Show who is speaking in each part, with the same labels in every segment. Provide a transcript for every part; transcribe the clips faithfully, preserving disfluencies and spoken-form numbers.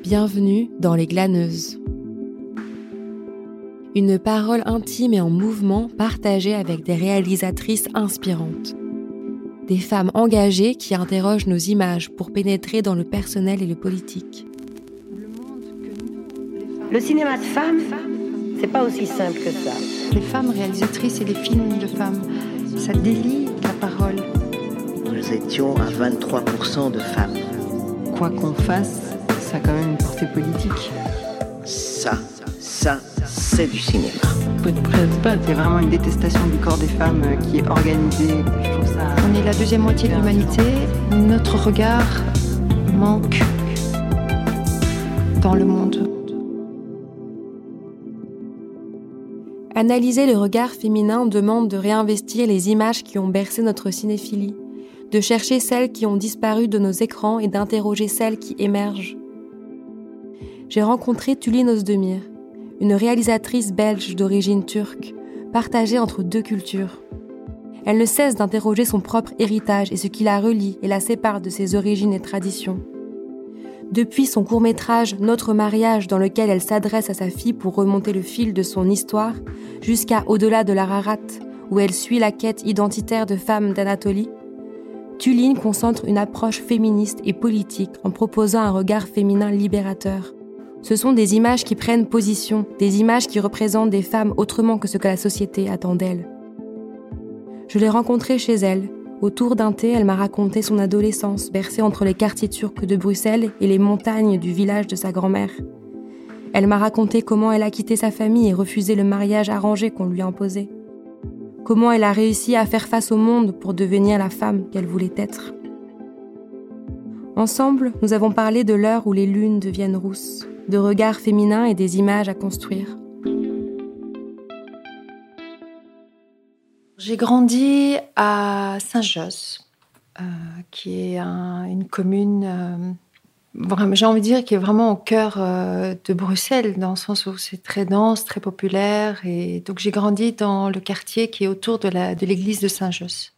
Speaker 1: Bienvenue dans Les Glaneuses. Une parole intime et en mouvement partagée avec des réalisatrices inspirantes. Des femmes engagées qui interrogent nos images pour pénétrer dans le personnel et le politique.
Speaker 2: Le cinéma de femmes, c'est pas aussi simple que ça.
Speaker 3: Les femmes réalisatrices et les films de femmes, ça délie la parole.
Speaker 2: Nous étions à vingt-trois pour cent de femmes.
Speaker 3: Quoi qu'on fasse, ça a quand même une portée politique.
Speaker 2: Ça, ça, c'est du cinéma.
Speaker 3: Votre principal, c'est vraiment une détestation du corps des femmes qui est organisée. Je trouve ça... On est la deuxième moitié de l'humanité. Notre regard manque dans le monde.
Speaker 1: Analyser le regard féminin demande de réinvestir les images qui ont bercé notre cinéphilie, de chercher celles qui ont disparu de nos écrans et d'interroger celles qui émergent. J'ai rencontré Tülin Özdemir, une réalisatrice belge d'origine turque, partagée entre deux cultures. Elle ne cesse d'interroger son propre héritage et ce qui la relie et la sépare de ses origines et traditions. Depuis son court-métrage « Notre mariage » dans lequel elle s'adresse à sa fille pour remonter le fil de son histoire, jusqu'à Au-delà de l'Ararat, où elle suit la quête identitaire de femmes d'Anatolie, Tülin concentre une approche féministe et politique en proposant un regard féminin libérateur. Ce sont des images qui prennent position, des images qui représentent des femmes autrement que ce que la société attend d'elles. Je l'ai rencontrée chez elle. Autour d'un thé, elle m'a raconté son adolescence, bercée entre les quartiers turcs de Bruxelles et les montagnes du village de sa grand-mère. Elle m'a raconté comment elle a quitté sa famille et refusé le mariage arrangé qu'on lui imposait. Comment elle a réussi à faire face au monde pour devenir la femme qu'elle voulait être. Ensemble, nous avons parlé de l'heure où les lunes deviennent rousses, de regards féminins et des images à construire.
Speaker 3: J'ai grandi à Saint-Josse, euh, qui est un, une commune, euh, vraiment, j'ai envie de dire, qui est vraiment au cœur euh, de Bruxelles, dans le sens où c'est très dense, très populaire. Et donc j'ai grandi dans le quartier qui est autour de, la, de l'église de Saint-Josse.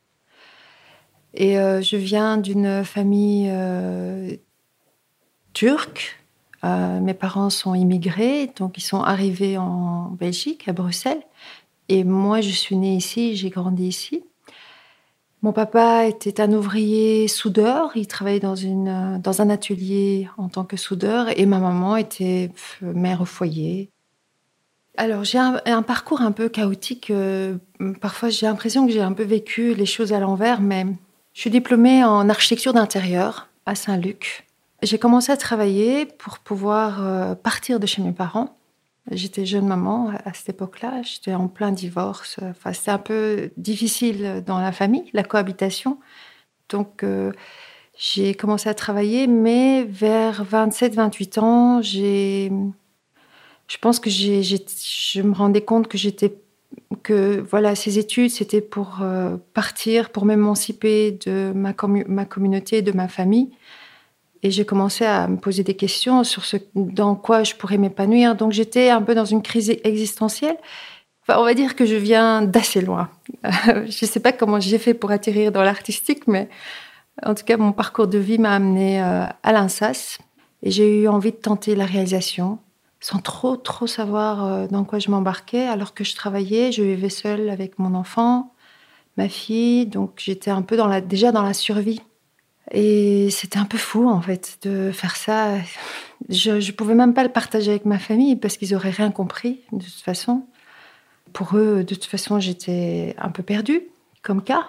Speaker 3: Et euh, je viens d'une famille euh, turque. Euh, mes parents sont immigrés, donc ils sont arrivés en Belgique, à Bruxelles. Et moi, je suis née ici, j'ai grandi ici. Mon papa était un ouvrier soudeur, il travaillait dans, une, dans un atelier en tant que soudeur, et ma maman était mère au foyer. Alors, j'ai un, un parcours un peu chaotique. Euh, parfois, j'ai l'impression que j'ai un peu vécu les choses à l'envers, mais je suis diplômée en architecture d'intérieur à Saint-Luc. J'ai commencé à travailler pour pouvoir euh, partir de chez mes parents. J'étais jeune maman à cette époque-là, j'étais en plein divorce. Enfin, c'était un peu difficile dans la famille, la cohabitation. Donc, euh, j'ai commencé à travailler, mais vers vingt-sept vingt-huit ans, j'ai... je pense que j'ai, j'ai... je me rendais compte que j'étais... que voilà, ces études, c'était pour euh, partir, pour m'émanciper de ma, commu... ma communauté, de ma famille. Et j'ai commencé à me poser des questions sur ce dans quoi je pourrais m'épanouir. Donc, j'étais un peu dans une crise existentielle. Enfin, on va dire que je viens d'assez loin. Euh, je ne sais pas comment j'ai fait pour atterrir dans l'artistique, mais en tout cas, mon parcours de vie m'a amenée euh, à l'Ansas. Et j'ai eu envie de tenter la réalisation, sans trop, trop savoir euh, dans quoi je m'embarquais. Alors que je travaillais, je vivais seule avec mon enfant, ma fille. Donc, j'étais un peu dans la, déjà dans la survie. Et c'était un peu fou, en fait, de faire ça. Je ne pouvais même pas le partager avec ma famille parce qu'ils n'auraient rien compris, de toute façon. Pour eux, de toute façon, j'étais un peu perdue, comme cas.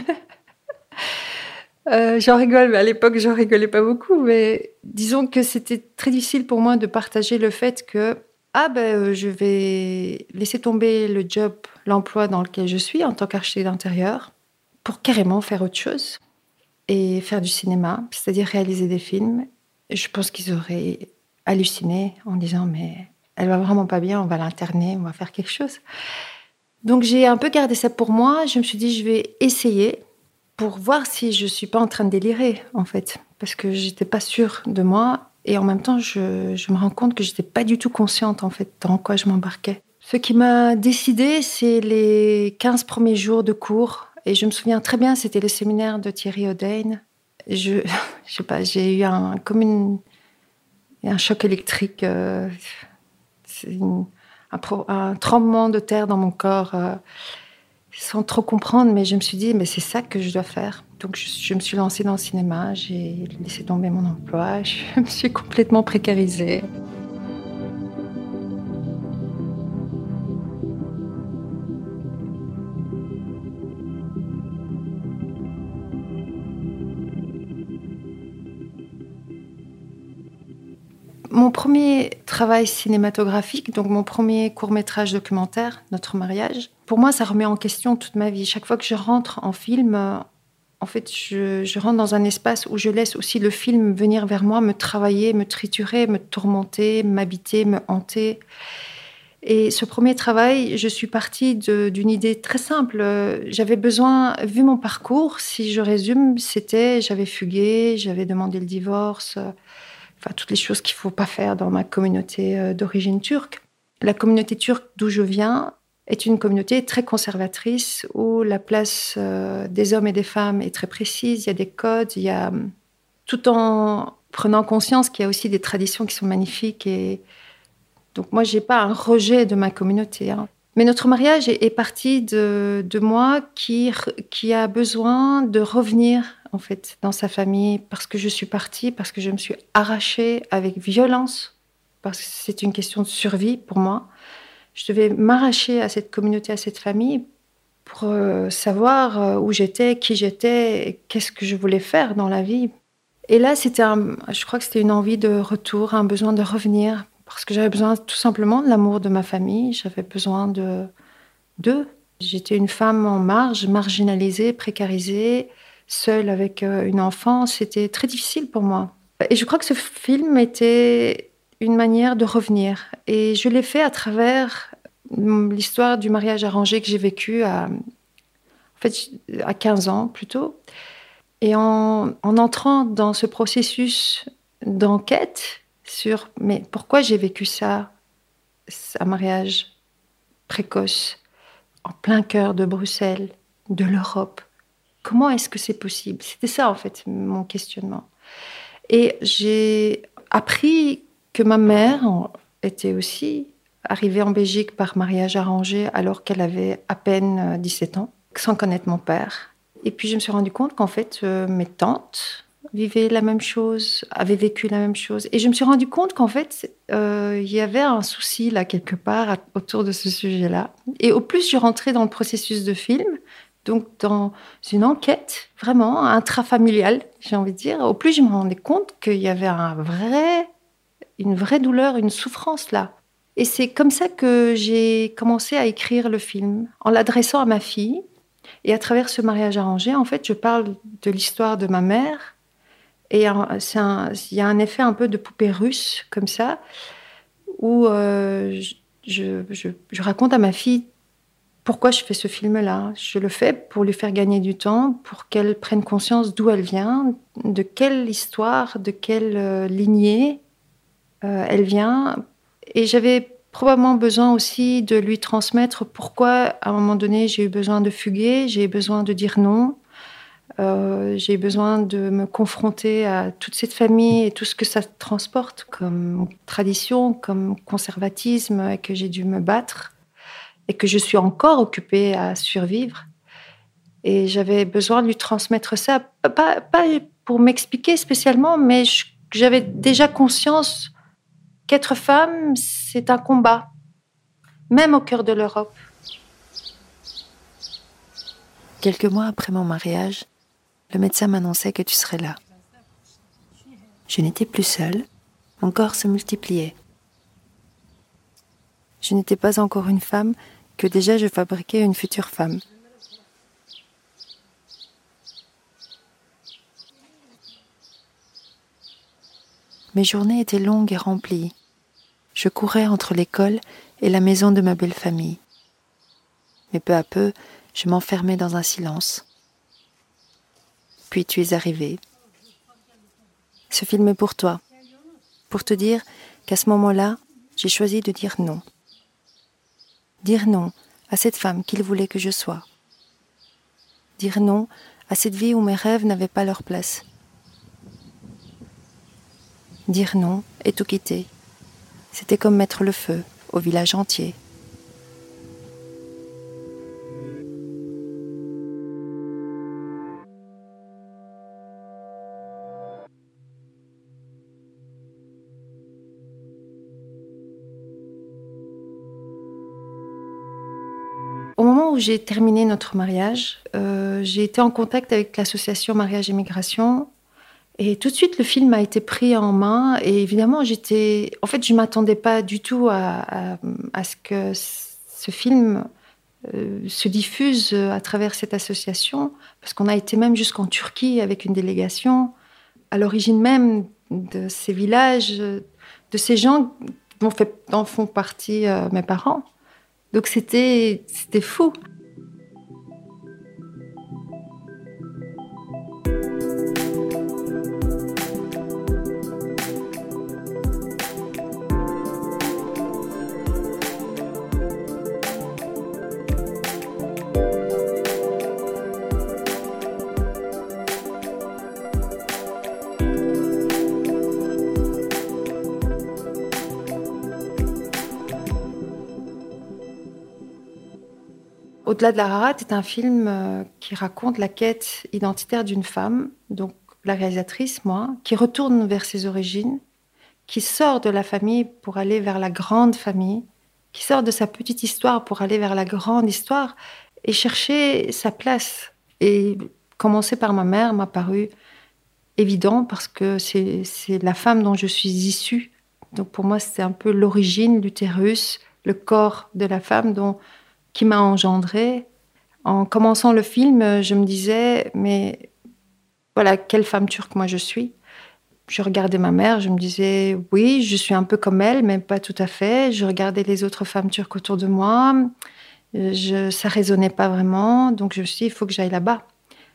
Speaker 3: euh, j'en rigole, mais à l'époque, j'en rigolais pas beaucoup. Mais disons que c'était très difficile pour moi de partager le fait que ah ben, je vais laisser tomber le job, l'emploi dans lequel je suis en tant qu'architecte d'intérieur pour carrément faire autre chose. Et faire du cinéma, c'est-à-dire réaliser des films. Je pense qu'ils auraient halluciné en disant « mais elle va vraiment pas bien, on va l'interner, on va faire quelque chose ». Donc j'ai un peu gardé ça pour moi. Je me suis dit « je vais essayer pour voir si je suis pas en train de délirer, en fait ». Parce que j'étais pas sûre de moi. Et en même temps, je, je me rends compte que j'étais pas du tout consciente, en fait, dans quoi je m'embarquais. Ce qui m'a décidée, c'est les quinze premiers jours de cours. Et je me souviens très bien, c'était le séminaire de Thierry Odein. Je, je sais pas, j'ai eu un, comme une, et un choc électrique. Euh, c'est une, un, pro, un tremblement de terre dans mon corps, euh, sans trop comprendre. Mais je me suis dit, mais c'est ça que je dois faire. Donc je, je me suis lancée dans le cinéma, j'ai laissé tomber mon emploi, je me suis complètement précarisée. Mon premier travail cinématographique, donc mon premier court-métrage documentaire, Notre mariage, pour moi, ça remet en question toute ma vie. Chaque fois que je rentre en film, en fait, je, je rentre dans un espace où je laisse aussi le film venir vers moi, me travailler, me triturer, me tourmenter, m'habiter, me hanter. Et ce premier travail, je suis partie de, d'une idée très simple. J'avais besoin, vu mon parcours, si je résume, c'était j'avais fugué, j'avais demandé le divorce. Enfin, toutes les choses qu'il ne faut pas faire dans ma communauté d'origine turque. La communauté turque d'où je viens est une communauté très conservatrice où la place des hommes et des femmes est très précise. Il y a des codes, il y a... tout en prenant conscience qu'il y a aussi des traditions qui sont magnifiques. Et donc moi, je n'ai pas un rejet de ma communauté. Hein. Mais notre mariage est, est parti de, de moi qui, qui a besoin de revenir en fait, dans sa famille, parce que je suis partie, parce que je me suis arrachée avec violence, parce que c'est une question de survie pour moi. Je devais m'arracher à cette communauté, à cette famille, pour euh, savoir euh, où j'étais, qui j'étais, et qu'est-ce que je voulais faire dans la vie. Et là, c'était un, je crois que c'était une envie de retour, un besoin de revenir, parce que j'avais besoin tout simplement de l'amour de ma famille, j'avais besoin de, d'eux. J'étais une femme en marge, marginalisée, précarisée, seule avec une enfant, c'était très difficile pour moi. Et je crois que ce film était une manière de revenir. Et je l'ai fait à travers l'histoire du mariage arrangé que j'ai vécu à, en fait, à quinze ans plutôt. Et en, en entrant dans ce processus d'enquête sur mais pourquoi j'ai vécu ça, un mariage précoce, en plein cœur de Bruxelles, de l'Europe. Comment est-ce que c'est possible ? C'était ça, en fait, mon questionnement. Et j'ai appris que ma mère était aussi arrivée en Belgique par mariage arrangé alors qu'elle avait à peine dix-sept ans, sans connaître mon père. Et puis, je me suis rendu compte qu'en fait, euh, mes tantes vivaient la même chose, avaient vécu la même chose. Et je me suis rendu compte qu'en fait, euh, il y avait un souci, là, quelque part, à, autour de ce sujet-là. Et au plus je rentrais dans le processus de film, donc dans une enquête vraiment intrafamiliale, j'ai envie de dire, au plus je me rendais compte qu'il y avait un vrai, une vraie douleur, une souffrance là. Et c'est comme ça que j'ai commencé à écrire le film, en l'adressant à ma fille. Et à travers ce mariage arrangé, en fait, je parle de l'histoire de ma mère. Et c'est un, il y a un effet un peu de poupée russe, comme ça, où euh, je, je, je raconte à ma fille pourquoi je fais ce film-là. Je le fais pour lui faire gagner du temps, pour qu'elle prenne conscience d'où elle vient, de quelle histoire, de quelle euh, lignée euh, elle vient. Et j'avais probablement besoin aussi de lui transmettre pourquoi, à un moment donné, j'ai eu besoin de fuguer, j'ai eu besoin de dire non, euh, j'ai eu besoin de me confronter à toute cette famille et tout ce que ça transporte comme tradition, comme conservatisme, et que j'ai dû me battre. Et que je suis encore occupée à survivre. Et j'avais besoin de lui transmettre ça, pas, pas pour m'expliquer spécialement, mais je, j'avais déjà conscience qu'être femme, c'est un combat, même au cœur de l'Europe.
Speaker 4: Quelques mois après mon mariage, le médecin m'annonçait que tu serais là. Je n'étais plus seule, mon corps se multipliait. Je n'étais pas encore une femme, que déjà je fabriquais une future femme. Mes journées étaient longues et remplies. Je courais entre l'école et la maison de ma belle famille. Mais peu à peu, je m'enfermais dans un silence. Puis tu es arrivé. Ce film est pour toi, pour te dire qu'à ce moment-là, j'ai choisi de dire non. Dire non à cette femme qu'il voulait que je sois. Dire non à cette vie où mes rêves n'avaient pas leur place. dire non et tout quitter. C'était comme mettre le feu au village entier.
Speaker 3: Au moment où j'ai terminé notre mariage, euh, j'ai été en contact avec l'association Mariage et Migration. Et tout de suite, le film a été pris en main. Et évidemment, j'étais... En fait, je ne m'attendais pas du tout à, à, à ce que ce film euh, se diffuse à travers cette association. Parce qu'on a été même jusqu'en Turquie avec une délégation. À l'origine même de ces villages, de ces gens dont, fait, dont font partie euh, mes parents. Donc c'était, c'était fou. Au-delà de l'Ararat est un film euh, qui raconte la quête identitaire d'une femme, donc la réalisatrice, moi, qui retourne vers ses origines, qui sort de la famille pour aller vers la grande famille, qui sort de sa petite histoire pour aller vers la grande histoire et chercher sa place. Et commencer par ma mère m'a paru évident parce que c'est, c'est la femme dont je suis issue. Donc pour moi, c'était un peu l'origine, l'utérus, le corps de la femme dont... qui m'a engendrée. En commençant le film, je me disais, mais voilà, quelle femme turque moi je suis. Je regardais ma mère, je me disais, oui, je suis un peu comme elle, mais pas tout à fait. Je regardais les autres femmes turques autour de moi, je, ça ne résonnait pas vraiment, donc je me suis dit, il faut que j'aille là-bas,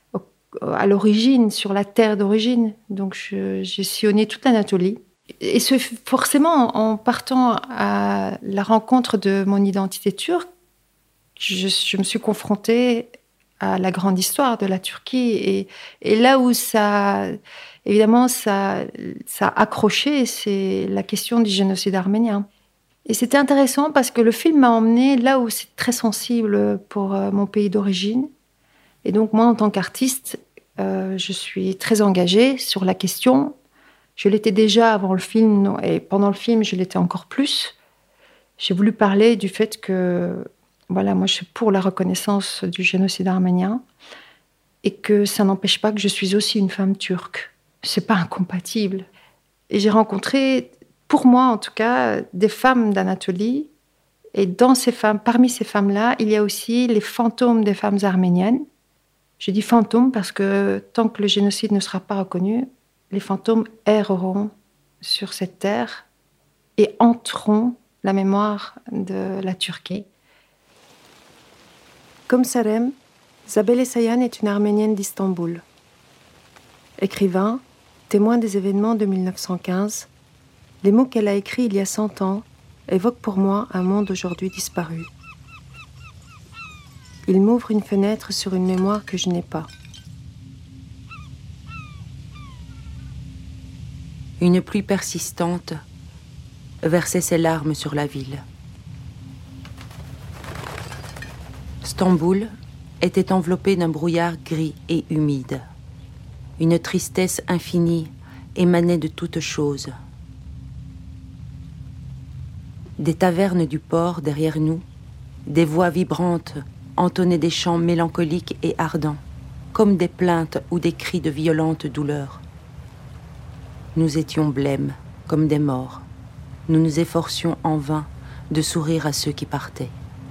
Speaker 3: à l'origine, sur la terre d'origine. Donc je, j'ai sillonné toute l'Anatolie. Et ce, forcément, en partant à la rencontre de mon identité turque, Je, je me suis confrontée à la grande histoire de la Turquie. Et, et là où ça, évidemment, ça, ça a accroché, c'est la question du génocide arménien. Et c'était intéressant parce que le film m'a emmenée là où c'est très sensible pour euh, mon pays d'origine. Et donc, moi, en tant qu'artiste, euh, je suis très engagée sur la question. Je l'étais déjà avant le film, et pendant le film, je l'étais encore plus. J'ai voulu parler du fait que voilà, moi, je suis pour la reconnaissance du génocide arménien et que ça n'empêche pas que je suis aussi une femme turque. C'est pas incompatible. Et j'ai rencontré, pour moi en tout cas, des femmes d'Anatolie. Et dans ces femmes, parmi ces femmes-là, il y a aussi les fantômes des femmes arméniennes. Je dis fantômes parce que tant que le génocide ne sera pas reconnu, les fantômes erreront sur cette terre et hanteront la mémoire de la Turquie.
Speaker 4: Comme Sarem, Zabel Essayan est une Arménienne d'Istanbul. Écrivain, témoin des événements de mille neuf cent quinze, les mots qu'elle a écrits il y a cent ans évoquent pour moi un monde aujourd'hui disparu. Ils m'ouvrent une fenêtre sur une mémoire que je n'ai pas.
Speaker 5: Une pluie persistante versait ses larmes sur la ville. Stamboul était enveloppé d'un brouillard gris et humide. Une tristesse infinie émanait de toutes choses. Des tavernes du port derrière nous, des voix vibrantes entonnaient des chants mélancoliques et ardents, comme des plaintes ou des cris de violente douleur. Nous étions blêmes, comme des morts. Nous nous efforcions en vain de sourire à ceux qui partaient.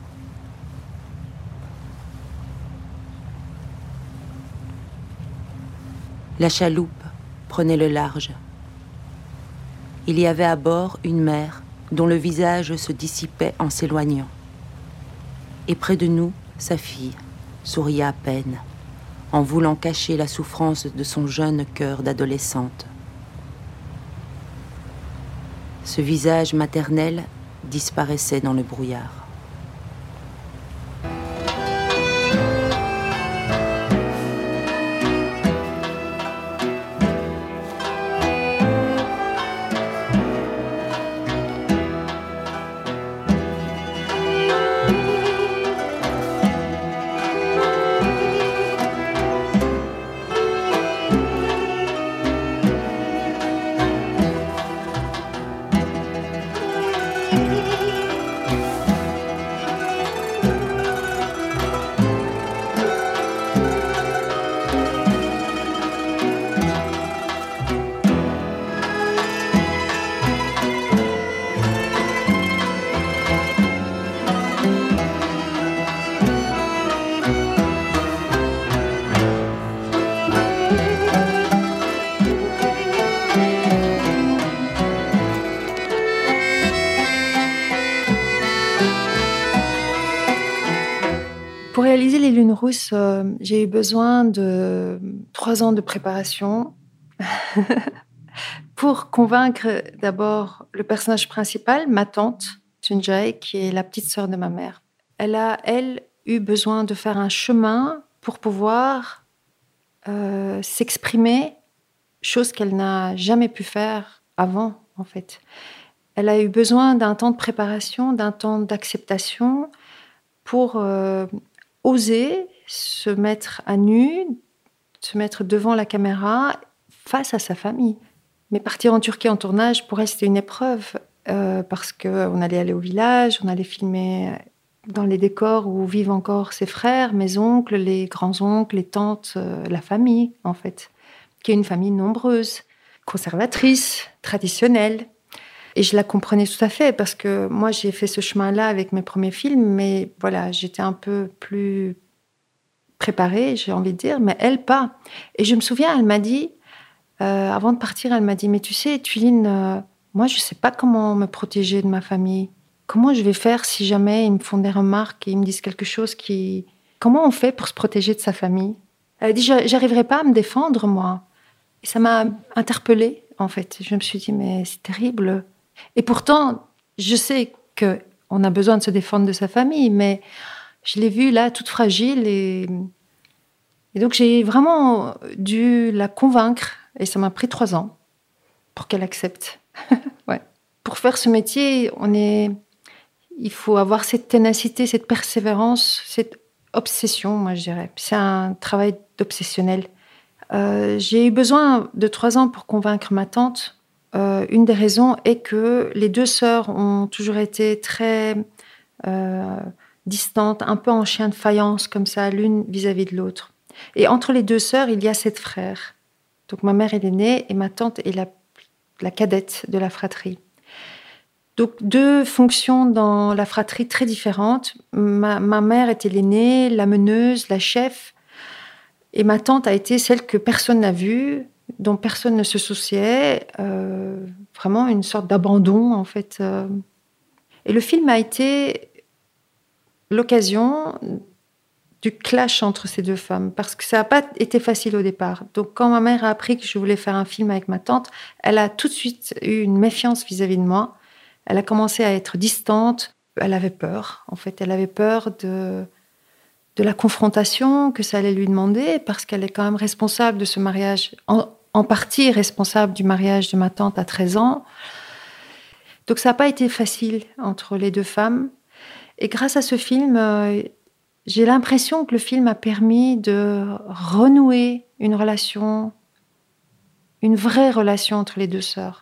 Speaker 5: La chaloupe prenait le large. Il y avait à bord une mère dont le visage se dissipait en s'éloignant. Et près de nous, sa fille souriait à peine, en voulant cacher la souffrance de son jeune cœur d'adolescente. Ce visage maternel disparaissait dans le brouillard.
Speaker 3: réaliser Les Lunes Rousses, euh, j'ai eu besoin de trois ans de préparation pour convaincre d'abord le personnage principal, ma tante, Tunjai, qui est la petite sœur de ma mère. Elle a, elle, eu besoin de faire un chemin pour pouvoir euh, s'exprimer, chose qu'elle n'a jamais pu faire avant, en fait. Elle a eu besoin d'un temps de préparation, d'un temps d'acceptation pour euh, oser se mettre à nu, se mettre devant la caméra face à sa famille. Mais partir en Turquie en tournage, pour elle, c'était une épreuve euh, parce qu'on allait aller au village, on allait filmer dans les décors où vivent encore ses frères, mes oncles, les grands-oncles, les tantes, euh, la famille, en fait, qui est une famille nombreuse, conservatrice, traditionnelle. Et je la comprenais tout à fait parce que moi, j'ai fait ce chemin-là avec mes premiers films, mais voilà, j'étais un peu plus préparée, j'ai envie de dire, mais elle, pas. Et je me souviens, elle m'a dit, euh, avant de partir, elle m'a dit, mais tu sais, Tuline, euh, moi, je sais pas comment me protéger de ma famille. Comment je vais faire si jamais ils me font des remarques et ils me disent quelque chose qui... Comment on fait pour se protéger de sa famille? Elle a dit, j'arriverai pas à me défendre, moi. Et ça m'a interpellée, en fait. Je me suis dit, mais c'est terrible. Et pourtant, je sais qu'on a besoin de se défendre de sa famille, mais je l'ai vue là, toute fragile. Et, et donc, j'ai vraiment dû la convaincre. Et ça m'a pris trois ans pour qu'elle accepte. Ouais. Pour faire ce métier, on est... il faut avoir cette ténacité, cette persévérance, cette obsession, moi, je dirais. C'est un travail d'obsessionnel. Euh, j'ai eu besoin de trois ans pour convaincre ma tante. Euh, une des raisons est que les deux sœurs ont toujours été très euh, distantes, un peu en chien de faïence, comme ça, l'une vis-à-vis de l'autre. Et entre les deux sœurs, il y a sept frères. Donc ma mère est l'aînée et ma tante est la, la cadette de la fratrie. Donc deux fonctions dans la fratrie très différentes. Ma, ma mère était l'aînée, la meneuse, la chef. Et ma tante a été celle que personne n'a vue, dont personne ne se souciait, euh, vraiment une sorte d'abandon, en fait. Et le film a été l'occasion du clash entre ces deux femmes, parce que ça n'a pas été facile au départ. Donc, quand ma mère a appris que je voulais faire un film avec ma tante, elle a tout de suite eu une méfiance vis-à-vis de moi. Elle a commencé à être distante. Elle avait peur, en fait. Elle avait peur de... de la confrontation que ça allait lui demander, parce qu'elle est quand même responsable de ce mariage, en, en partie responsable du mariage de ma tante à treize ans. Donc ça n'a pas été facile entre les deux femmes. Et grâce à ce film, euh, j'ai l'impression que le film a permis de renouer une relation, une vraie relation entre les deux sœurs.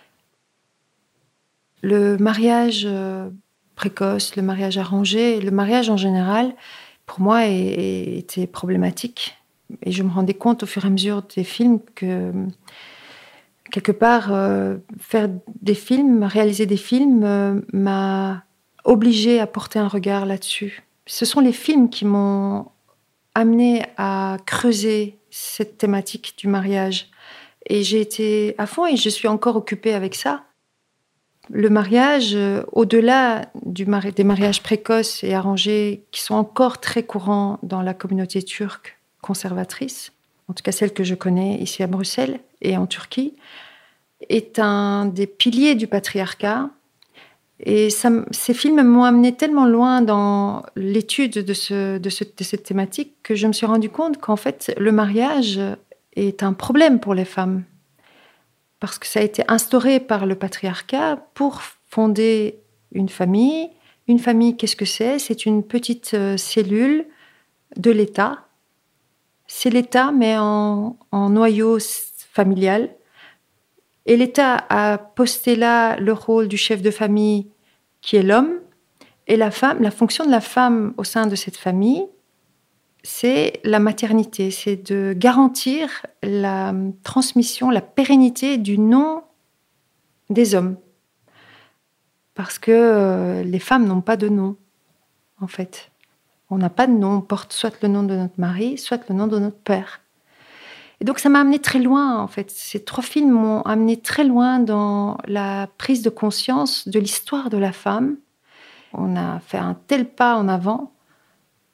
Speaker 3: Le mariage euh, précoce, le mariage arrangé, le mariage en général, pour moi, était problématique. Et je me rendais compte au fur et à mesure des films que, quelque part, euh, faire des films, réaliser des films, euh, m'a obligée à porter un regard là-dessus. Ce sont les films qui m'ont amenée à creuser cette thématique du mariage. Et j'ai été à fond et je suis encore occupée avec ça. Le mariage, euh, au-delà du mari- des mariages précoces et arrangés qui sont encore très courants dans la communauté turque conservatrice, en tout cas celle que je connais ici à Bruxelles et en Turquie, est un des piliers du patriarcat. Et ça, ces films m'ont amené tellement loin dans l'étude de, ce, de, ce, de cette thématique que je me suis rendu compte qu'en fait, le mariage est un problème pour les femmes. Parce que ça a été instauré par le patriarcat pour fonder une famille. Une famille, qu'est-ce que c'est? C'est une petite euh, cellule de l'État. C'est l'État, mais en, en noyau familial. Et l'État a posté là le rôle du chef de famille, qui est l'homme. Et la femme, la fonction de la femme au sein de cette famille, c'est la maternité, c'est de garantir la transmission, la pérennité du nom des hommes. Parce que euh, les femmes n'ont pas de nom, en fait. On n'a pas de nom, on porte soit le nom de notre mari, soit le nom de notre père. Et donc ça m'a amené très loin, en fait. Ces trois films m'ont amené très loin dans la prise de conscience de l'histoire de la femme. On a fait un tel pas en avant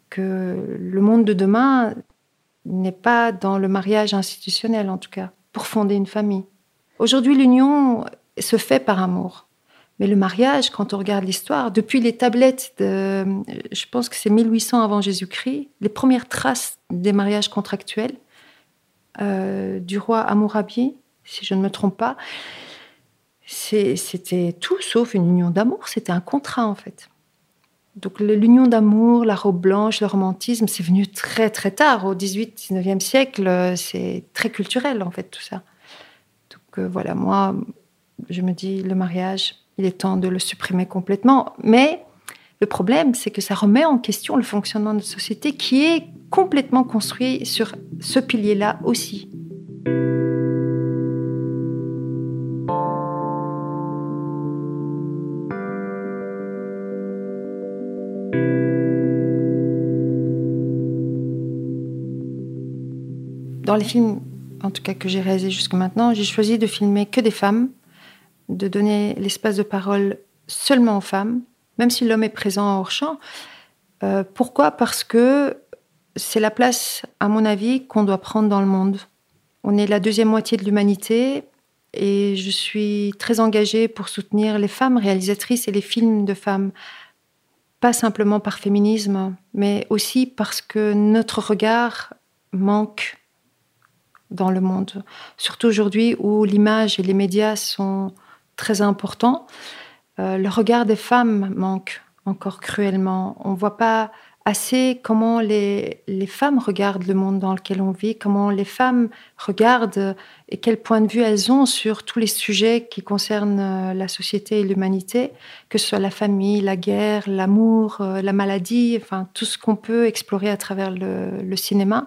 Speaker 3: que le monde de demain n'est pas dans le mariage institutionnel, en tout cas, pour fonder une famille. Aujourd'hui, l'union se fait par amour. Mais le mariage, quand on regarde l'histoire, depuis les tablettes de, je pense que c'est mille huit cents avant Jésus-Christ, les premières traces des mariages contractuels euh, du roi Hammurabi, si je ne me trompe pas, c'est, c'était tout sauf une union d'amour, c'était un contrat en fait. Donc l'union d'amour, la robe blanche, le romantisme, c'est venu très très tard, au dix-huitième, dix-neuvième siècle, c'est très culturel en fait tout ça. Donc euh, voilà, moi, je me dis, le mariage, il est temps de le supprimer complètement. Mais le problème, c'est que ça remet en question le fonctionnement de notre société qui est complètement construit sur ce pilier-là aussi. Dans les films, en tout cas que j'ai réalisés jusqu'à maintenant, j'ai choisi de filmer que des femmes, de donner l'espace de parole seulement aux femmes, même si l'homme est présent hors champ. Euh, pourquoi ? Parce que c'est la place, à mon avis, qu'on doit prendre dans le monde. On est la deuxième moitié de l'humanité et je suis très engagée pour soutenir les femmes réalisatrices et les films de femmes. Pas simplement par féminisme, mais aussi parce que notre regard manque dans le monde. Surtout aujourd'hui où l'image et les médias sont très importants, euh, le regard des femmes manque encore cruellement. On ne voit pas assez comment les, les femmes regardent le monde dans lequel on vit, comment les femmes regardent et quel point de vue elles ont sur tous les sujets qui concernent la société et l'humanité, que ce soit la famille, la guerre, l'amour, la maladie, enfin tout ce qu'on peut explorer à travers le, le cinéma.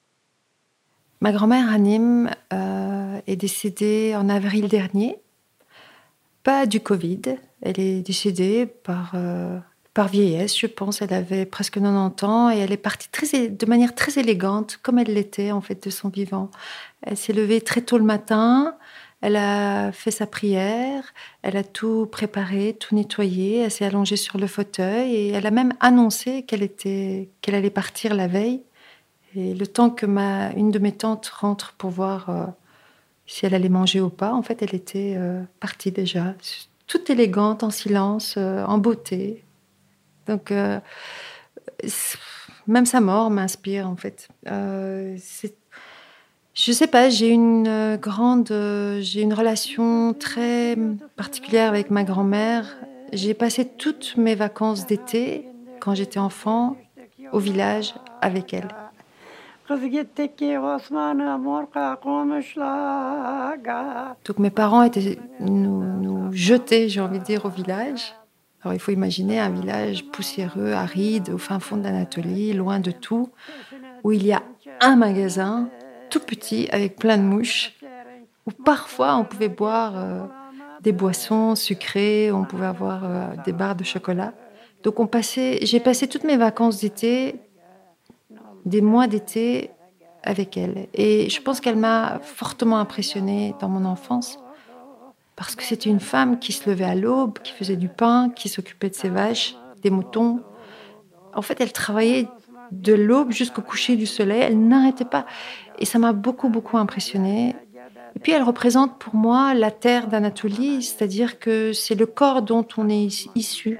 Speaker 3: Ma grand-mère Hanim euh, est décédée en avril dernier, pas du Covid, elle est décédée par, euh, par vieillesse, je pense. Elle avait presque quatre-vingt-dix ans et elle est partie très, de manière très élégante, comme elle l'était en fait de son vivant. Elle s'est levée très tôt le matin, elle a fait sa prière, elle a tout préparé, tout nettoyé, elle s'est allongée sur le fauteuil et elle a même annoncé qu'elle, était, qu'elle allait partir la veille. Et le temps que ma, une de mes tantes rentre pour voir euh, si elle allait manger ou pas, en fait, elle était euh, partie déjà, toute élégante, en silence, euh, en beauté. Donc, euh, même sa mort m'inspire, en fait. Euh, c'est, je sais pas, j'ai une grande, euh, j'ai une relation très particulière avec ma grand-mère. J'ai passé toutes mes vacances d'été, quand j'étais enfant, au village avec elle. Donc mes parents étaient nous, nous jetés, j'ai envie de dire, au village. Alors il faut imaginer un village poussiéreux, aride, au fin fond de l'Anatolie, loin de tout, où il y a un magasin tout petit avec plein de mouches, où parfois on pouvait boire euh, des boissons sucrées, on pouvait avoir euh, des barres de chocolat. Donc on passait, j'ai passé toutes mes vacances d'été, des mois d'été avec elle. Et je pense qu'elle m'a fortement impressionnée dans mon enfance parce que c'était une femme qui se levait à l'aube, qui faisait du pain, qui s'occupait de ses vaches, des moutons. En fait, elle travaillait de l'aube jusqu'au coucher du soleil. Elle n'arrêtait pas. Et ça m'a beaucoup, beaucoup impressionnée. Et puis, elle représente pour moi la terre d'Anatolie, c'est-à-dire que c'est le corps dont on est issu.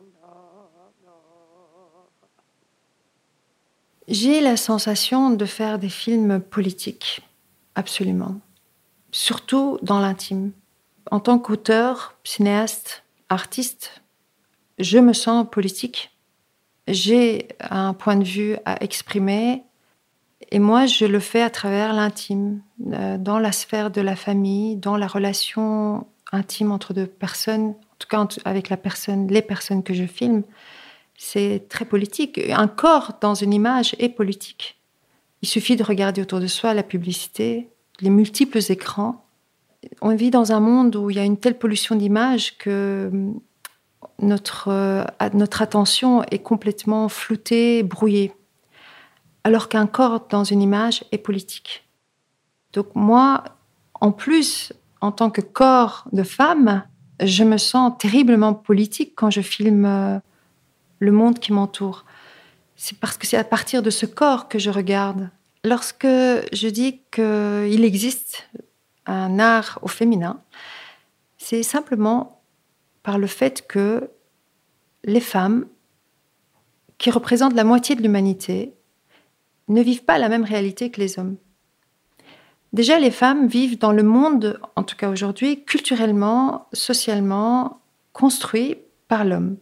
Speaker 3: J'ai la sensation de faire des films politiques, absolument. Surtout dans l'intime. En tant qu'auteur, cinéaste, artiste, je me sens politique. J'ai un point de vue à exprimer et moi, je le fais à travers l'intime, dans la sphère de la famille, dans la relation intime entre deux personnes, en tout cas avec la personne, les personnes que je filme. C'est très politique. Un corps dans une image est politique. Il suffit de regarder autour de soi la publicité, les multiples écrans. On vit dans un monde où il y a une telle pollution d'images que notre, notre attention est complètement floutée, brouillée. Alors qu'un corps dans une image est politique. Donc moi, en plus, en tant que corps de femme, je me sens terriblement politique quand je filme le monde qui m'entoure. c'est parce que c'est à partir de ce corps que je regarde. Lorsque je dis qu'il existe un art au féminin, c'est simplement par le fait que les femmes, qui représentent la moitié de l'humanité, ne vivent pas la même réalité que les hommes. Déjà, les femmes vivent dans le monde, en tout cas aujourd'hui, culturellement, socialement, construit par l'homme,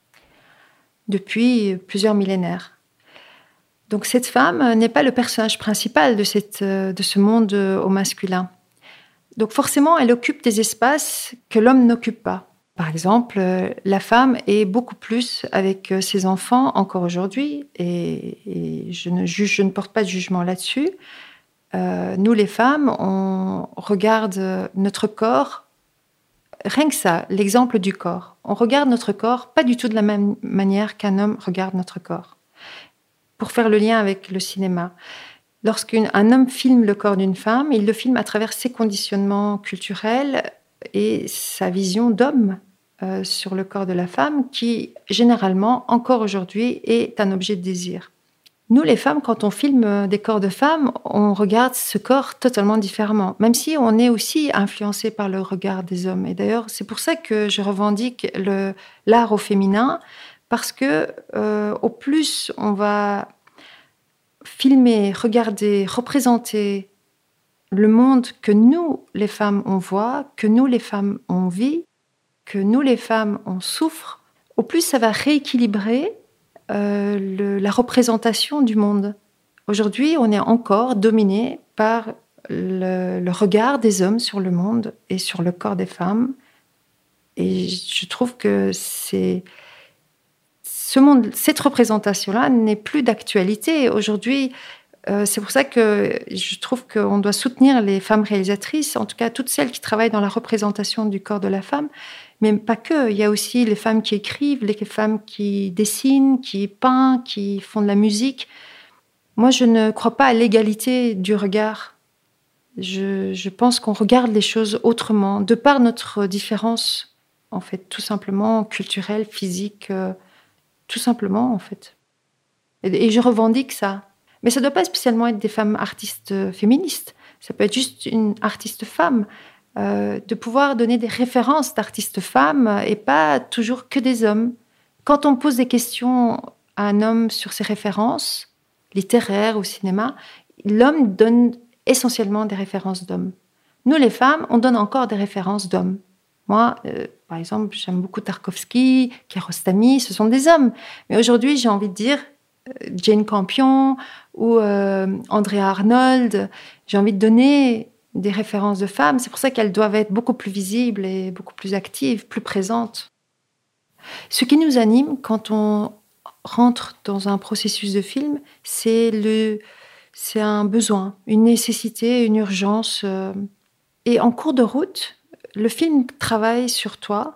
Speaker 3: depuis plusieurs millénaires. Donc cette femme n'est pas le personnage principal de, cette, de ce monde au masculin. Donc forcément, elle occupe des espaces que l'homme n'occupe pas. Par exemple, la femme est beaucoup plus avec ses enfants encore aujourd'hui, et, et je, ne juge, je ne porte pas de jugement là-dessus. Euh, nous, les femmes, on regarde notre corps, rien que ça, l'exemple du corps. On regarde notre corps pas du tout de la même manière qu'un homme regarde notre corps. Pour faire le lien avec le cinéma, lorsqu'un homme filme le corps d'une femme, il le filme à travers ses conditionnements culturels et sa vision d'homme euh, sur le corps de la femme, qui, généralement, encore aujourd'hui, est un objet de désir. Nous, les femmes, quand on filme des corps de femmes, on regarde ce corps totalement différemment, même si on est aussi influencé par le regard des hommes. Et d'ailleurs, c'est pour ça que je revendique le, l'art au féminin, parce que euh, au plus on va filmer, regarder, représenter le monde que nous, les femmes, on voit, que nous, les femmes, on vit, que nous, les femmes, on souffre, au plus ça va rééquilibrer euh, le, la représentation du monde. Aujourd'hui, on est encore dominé par le, le regard des hommes sur le monde et sur le corps des femmes. Et je trouve que c'est... Ce monde, cette représentation-là n'est plus d'actualité. Aujourd'hui, euh, c'est pour ça que je trouve qu'on doit soutenir les femmes réalisatrices, en tout cas toutes celles qui travaillent dans la représentation du corps de la femme, mais pas que. Il y a aussi les femmes qui écrivent, les femmes qui dessinent, qui peignent, qui font de la musique. Moi, je ne crois pas à l'égalité du regard. Je, je pense qu'on regarde les choses autrement, de par notre différence, en fait, tout simplement culturelle, physique, euh, tout simplement, en fait. Et, et je revendique ça. Mais ça ne doit pas spécialement être des femmes artistes féministes. Ça peut être juste une artiste femme. Euh, de pouvoir donner des références d'artistes femmes et pas toujours que des hommes. Quand on pose des questions à un homme sur ses références, littéraires ou cinéma, l'homme donne essentiellement des références d'hommes. Nous, les femmes, on donne encore des références d'hommes. Moi, euh, par exemple, j'aime beaucoup Tarkovsky, Kiarostami, ce sont des hommes. Mais aujourd'hui, j'ai envie de dire euh, Jane Campion ou euh, Andrea Arnold. J'ai envie de donner des références de femmes. C'est pour ça qu'elles doivent être beaucoup plus visibles et beaucoup plus actives, plus présentes. Ce qui nous anime quand on rentre dans un processus de film, c'est, le, c'est un besoin, une nécessité, une urgence. Euh, et en cours de route, le film travaille sur toi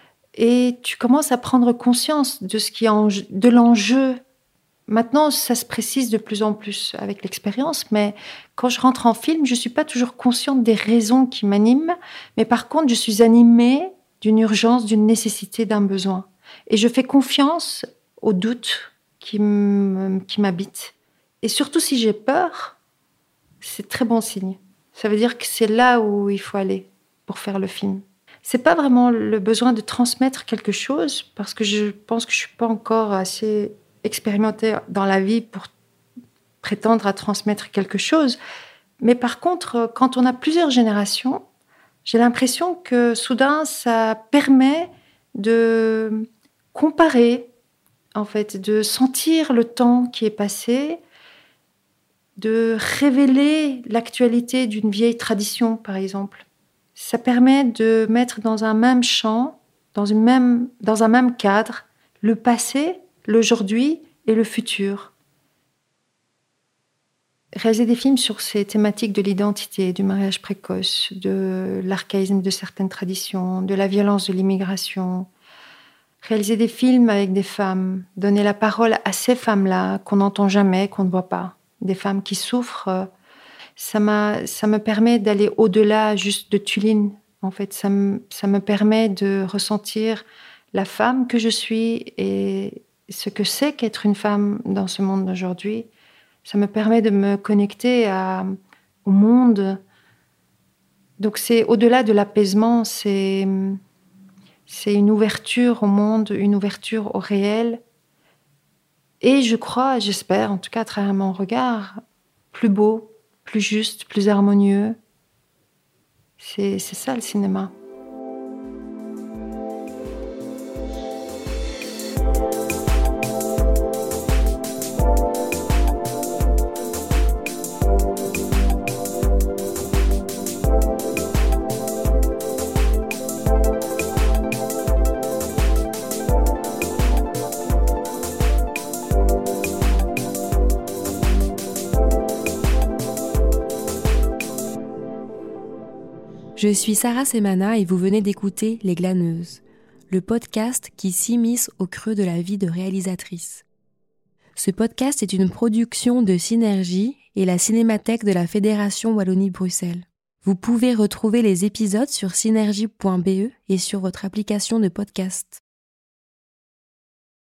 Speaker 3: et tu commences à prendre conscience de ce qui est en, de l'enjeu. Maintenant, ça se précise de plus en plus avec l'expérience, mais quand je rentre en film, je ne suis pas toujours consciente des raisons qui m'animent, mais par contre, je suis animée d'une urgence, d'une nécessité, d'un besoin. Et je fais confiance aux doutes qui, m- qui m'habitent. Et surtout, si j'ai peur, c'est très bon signe. Ça veut dire que c'est là où il faut aller pour faire le film. Ce n'est pas vraiment le besoin de transmettre quelque chose, parce que je pense que je ne suis pas encore assez expérimentée dans la vie pour prétendre à transmettre quelque chose. Mais par contre, quand on a plusieurs générations, j'ai l'impression que soudain, ça permet de comparer, en fait, de sentir le temps qui est passé, de révéler l'actualité d'une vieille tradition, par exemple. Ça permet de mettre dans un même champ, dans, une même, dans un même cadre, le passé, l'aujourd'hui et le futur. Réaliser des films sur ces thématiques de l'identité, du mariage précoce, de l'archaïsme de certaines traditions, de la violence de l'immigration. Réaliser des films avec des femmes, donner la parole à ces femmes-là qu'on n'entend jamais, qu'on ne voit pas. Des femmes qui souffrent, ça, m'a, ça me permet d'aller au-delà juste de Tuline. En fait, ça me, ça me permet de ressentir la femme que je suis et ce que c'est qu'être une femme dans ce monde d'aujourd'hui. Ça me permet de me connecter à, au monde. Donc c'est au-delà de l'apaisement, c'est, c'est une ouverture au monde, une ouverture au réel. Et je crois, j'espère, en tout cas à travers mon regard, plus beau, plus juste, plus harmonieux. C'est, c'est ça le cinéma.
Speaker 1: Je suis Sarah Semana et vous venez d'écouter Les Glaneuses, le podcast qui s'immisce au creux de la vie de réalisatrice. Ce podcast est une production de Synergie et la Cinémathèque de la Fédération Wallonie-Bruxelles. Vous pouvez retrouver les épisodes sur synergie point b e et sur votre application de podcast.